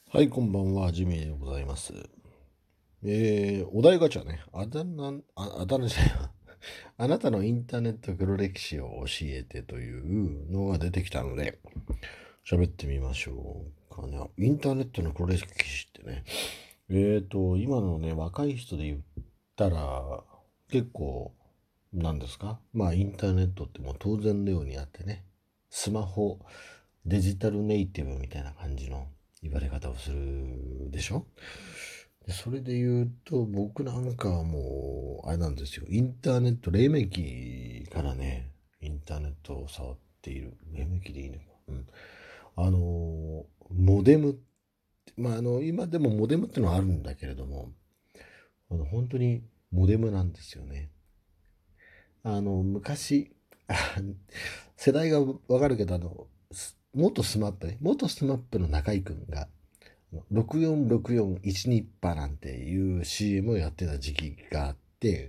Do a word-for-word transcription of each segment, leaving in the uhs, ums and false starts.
はい、こんばんは、ジミーでございます。えー、お題ガチャね。あだ名、あ、あだ名じゃないわ。あなたのインターネット黒歴史を教えてというのが出てきたので、喋ってみましょうかね。インターネットの黒歴史ってね。えーと、今のね、若い人で言ったら、結構、なんですかまあ、インターネットってもう当然のようにあってね。スマホ、デジタルネイティブみたいな感じの言われ方をするでしょ。でそれで言うと、僕なんかはもう、あれなんですよ。インターネット、黎明期からね、インターネットを触っている。黎明期でいいのか。うん。あの、モデム、まあ、あの、今でもモデムってのはあるんだけれども、あの、本当にモデムなんですよね。あの、昔、世代がわかるけど、あの、元スマップね、元スマップの中居君が、ろくよんろくよんいちに波なんていう シーエム をやってた時期があって、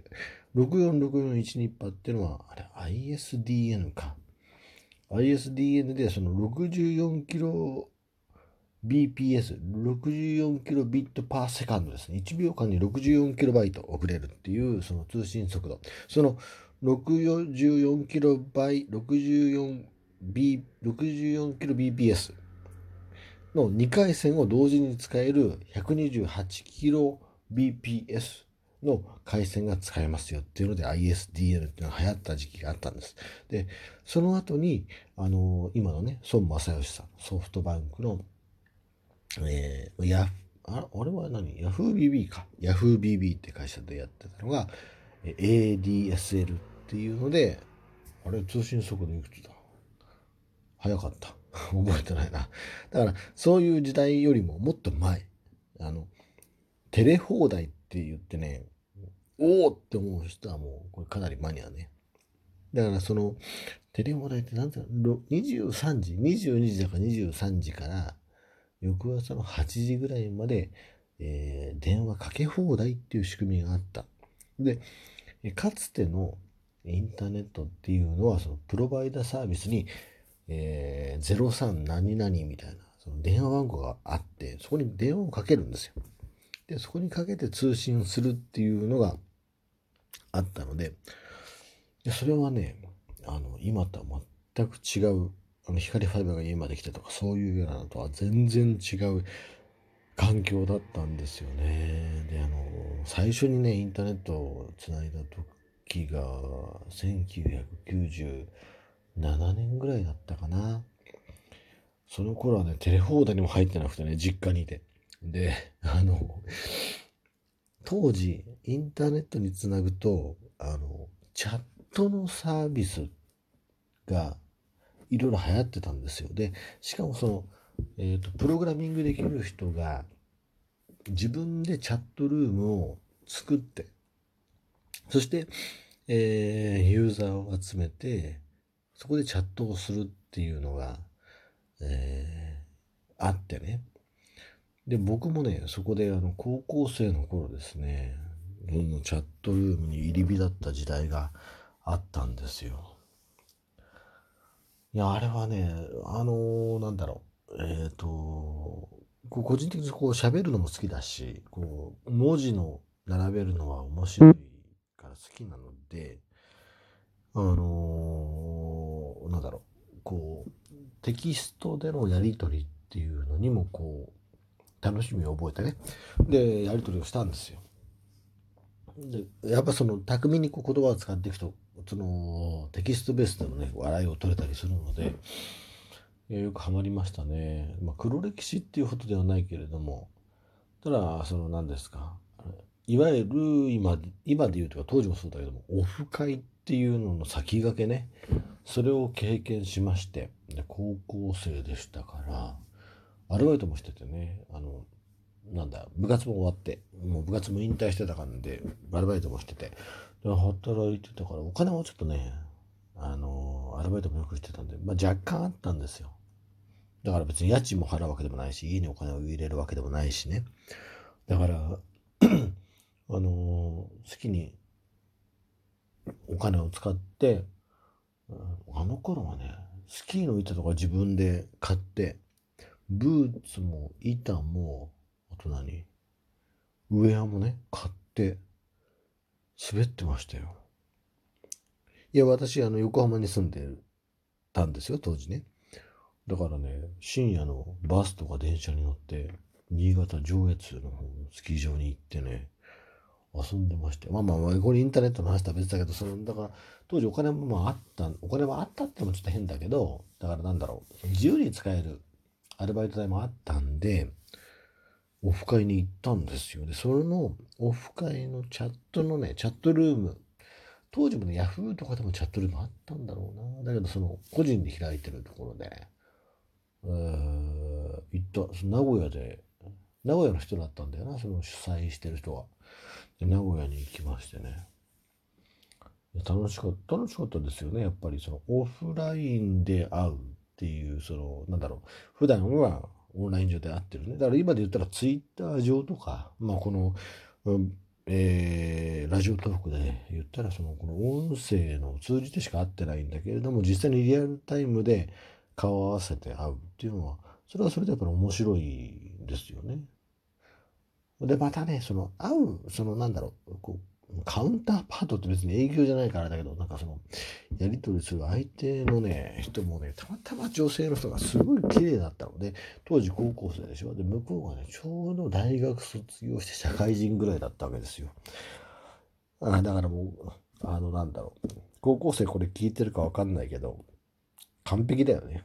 ろくよんろくよんいちに波っていうのは、あれ、アイエスディーエヌ か。アイエスディーエヌ でそのろくじゅうよんキロ ビーピーエス、ろくじゅうよんキロビットパーセカンドですね。いちびょうかんにろくじゅうよんキロバイト送れるっていうその通信速度。そのろくじゅうよんキロバイ、ろくじゅうよんビー、ろくじゅうよんキロビーピーエス のにかい線を同時に使える ひゃくにじゅうはちキロビーピーエス の回線が使えますよっていうので アイエスディーエヌ っていうのが流行った時期があったんです。で、その後に、あの今のね、孫正義さん、ソフトバンクのえー、ヤああれは何ヤフー ビービー か。ヤフー ビービー って会社でやってたのが、エーディーエスエル っていうので、あれ、通信速度いくつだ早かった。覚えてないな。だから、そういう時代よりももっと前。あの、テレ放題って言ってね、おおって思う人はもう、これかなりマニアね。だから、その、テレ放題って何ていうの ?にじゅうさんじ、にじゅうにじだかにじゅうさんじから、翌朝のはちじぐらいまで、えー電話かけ放題っていう仕組みがあった。で、かつてのインターネットっていうのは、そのプロバイダサービスに、えー、ゼロさん何々みたいな、その電話番号があって、そこに電話をかけるんですよ。で、そこにかけて通信するっていうのがあったので、でそれはね、あの、今とは全く違う、あの光ファイバーが今できてとか、そういうようなのとは全然違う環境だったんですよね。で、あの、最初にね、インターネットをつないだ時が、せんきゅうひゃくきゅうじゅうななねんぐらいだったかな。その頃はね、テレ放題にも入ってなくてね、実家にいて。で、あの、当時、インターネットにつなぐと、あの、チャットのサービスがいろいろ流行ってたんですよ。で、しかもその、えっと、プログラミングできる人が、自分でチャットルームを作って、そして、えーユーザーを集めて、そこでチャットをするっていうのが、えーあってね。で、僕もね、そこであの高校生の頃ですね、どんどんチャットルームに入り浸った時代があったんですよ。いや、あれはね、あのーなんだろう、えっと、こう個人的にこう喋るのも好きだし、こう文字の並べるのは面白いから好きなので、あのーなんだろう、こうテキストでのやり取りっていうのにもこう楽しみを覚えてね、でやり取りをしたんですよ。でやっぱその巧みにこう言葉を使っていくと、そのテキストベースでもね笑いを取れたりするので、よくハマりましたね。まあ、黒歴史っていうことではないけれども、ただ、その何ですか、いわゆる今、今で言うとか当時もそうだけども、オフ会っていうのの先駆けね、それを経験しまして、で高校生でしたから、アルバイトもしててね、あの、なんだ、部活も終わって、もう部活も引退してたからで、アルバイトもしてて、で働いてたから、お金もちょっとね、あの、アルバイトもよくしてたんで、まあ若干あったんですよ。だから別に家賃も払うわけでもないし、家にお金を入れるわけでもないしね。だから、あのー好きにお金を使って、あの頃はね、スキーの板とか自分で買って、 ブーツも板も、あと何ウェアもね、買って滑ってましたよ。いや、私、あの、横浜に住んでたんですよ、当時ね。だからね、深夜のバスとか電車に乗って、新潟上越の方のスキー場に行ってね、遊んでまして。まあまあまあ、これインターネットの話とは別だけど、その、だから、当時お金もまああった、お金もあったってのもちょっと変だけど、だからなんだろう、自由に使えるアルバイト代もあったんで、オフ会に行ったんですよ。で、そのオフ会のチャットのね、チャットルーム、当時もね、ヤフーとかでもチャットルームあったんだろうな。だけど、その、個人で開いてるところで、えー、行った、その名古屋で、名古屋の人だったんだよな、その主催してる人は。で、名古屋に行きましてね。楽しかった、楽しかったですよね。やっぱりそのオフラインで会うっていう、その、なんだろう、普段はオンライン上で会ってるね。だから今で言ったらツイッター上とか、まあこの、うん、えーラジオトークで言ったら、その、この音声の通じてしか会ってないんだけれども、実際にリアルタイムで顔を合わせて会うっていうのは、それはそれでやっぱり面白いですよね。で、またね、その、会う、その、なんだろう、こう、カウンターパートって別に営業じゃないからだけど、なんかその、やり取りする相手のね、人もね、たまたま女性の人がすごい綺麗だったので、当時高校生でしょ。で、向こうがね、ちょうど大学卒業して社会人ぐらいだったわけですよ。あ、だからもう、あの、なんだろう。高校生これ聞いてるかわかんないけど、完璧だよね。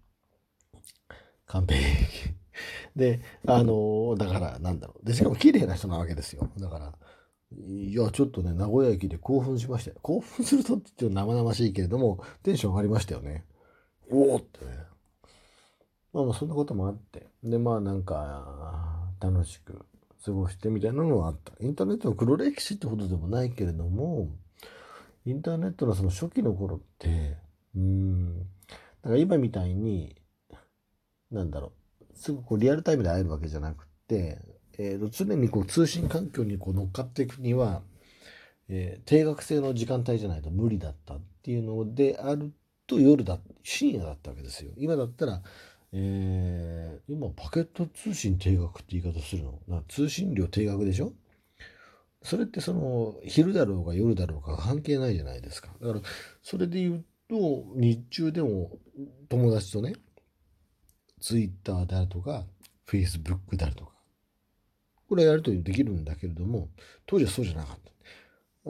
完璧。で、あのだから、なんだろう。で、しかも綺麗な人なわけですよ。だから、いや、ちょっとね、名古屋駅で興奮しましたよ。興奮するとって言って生々しいけれども、テンション上がりましたよね。おおってね。まあまあ、そんなこともあって。で、まあなんか、楽しく過ごしてみたいなのはあった。インターネットの黒歴史ってほどでもないけれども、インターネットのその初期の頃って、うーん、なんか今みたいに、なんだろう、すぐこうリアルタイムで会えるわけじゃなくて、えーと、常にこう通信環境にこう乗っかっていくには、えー定額制の時間帯じゃないと無理だったっていうのであると夜だ、深夜だったわけですよ。今だったら、えー今パケット通信定額って言い方するのな、通信料定額でしょ。それってその昼だろうが夜だろうが関係ないじゃないですか。だからそれで言うと日中でも友達とね、ツイッターであるとかフェイスブックであるとか、これはやるとできるんだけれども、当時はそうじゃなかった。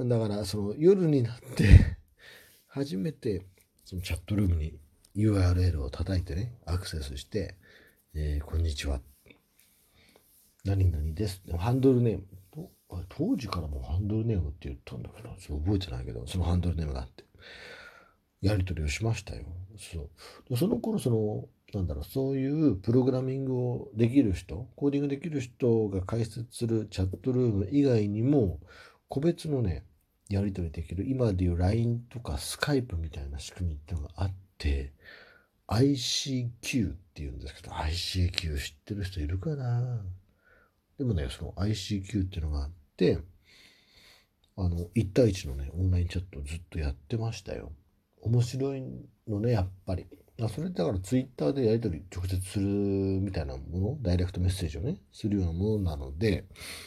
だからその夜になって初めてそのチャットルームに ユーアールエル を叩いてね、アクセスして、えーこんにちは。何々です。ハンドルネーム。と当時からもうハンドルネームって言ったんだけど、ちょっと覚えてないけど、そのハンドルネームがあって、やり取りをしましたよ。そう。でその頃、その、なんだろう、そういうプログラミングをできる人、コーディングできる人が開設するチャットルーム以外にも、個別のね、やり取りできる、今でいう ライン とか Skype みたいな仕組みっていうのがあって、アイシーキュー っていうんですけど、アイシーキュー 知ってる人いるかな。でもね、その アイシーキュー っていうのがあって、あの、いち対いちのね、オンラインチャットをずっとやってましたよ。面白いのね、やっぱり。あそれだからツイッターでやり取り直接するみたいなもの、ダイレクトメッセージをね、するようなものなので、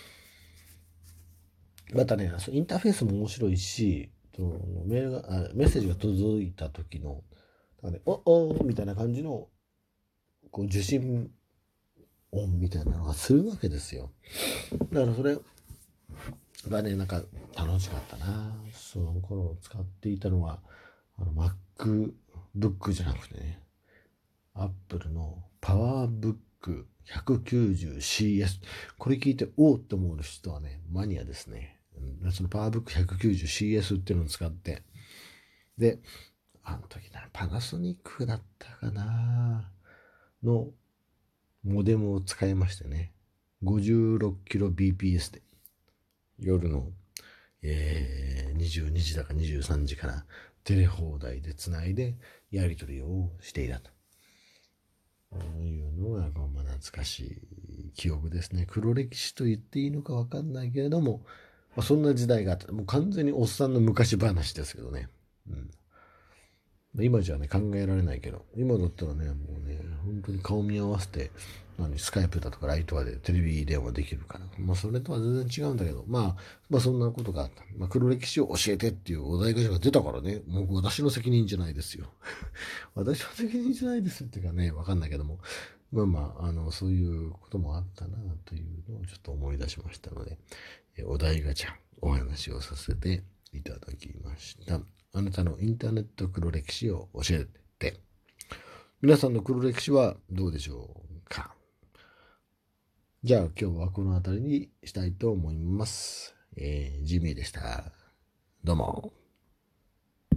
またね、インターフェースも面白いし、そのメールがあメッセージが届いた時の、なんかね、おおみたいな感じのこう受信音みたいなのがするわけですよ。だからそれがね、なんか楽しかったな。その頃使っていたのは、あの MacBook じゃなくてね、Apple の PowerBook ひゃくきゅうじゅうシーエス。これ聞いて、おーって思う人はね、マニアですね。その PowerBook ひゃくきゅうじゅうシーエス っていうのを使って、で、あの時な、パナソニックだったかなのモデムを使いましてね、ごじゅうろっキロビーピーエス で、夜の、えーにじゅうにじだかにじゅうさんじからテレ放題でつないでやり取りをしていたと。いうのが、まあ、懐かしい記憶ですね。黒歴史と言っていいのかわかんないけれども、まあ、そんな時代があった。もう完全におっさんの昔話ですけどね。うん。 今じゃね、考えられないけど、今だったらね、もうね、本当に顔見合わせて、何、スカイプだとかライトワでテレビ電話できるから、まあそれとは全然違うんだけど、まあ、まあそんなことがあった。まあ黒歴史を教えてっていうお題ガチャが出たからね、もう私の責任じゃないですよ。私の責任じゃないですっていうかね、わかんないけども、まあまあ、あの、そういうこともあったなというのをちょっと思い出しましたので、えお題ガチャお話をさせていただきました。あなたのインターネット黒歴史を教えて。皆さんの黒歴史はどうでしょうか。じゃあ今日はこの辺りにしたいと思います。えー、ジミーでした。どうも。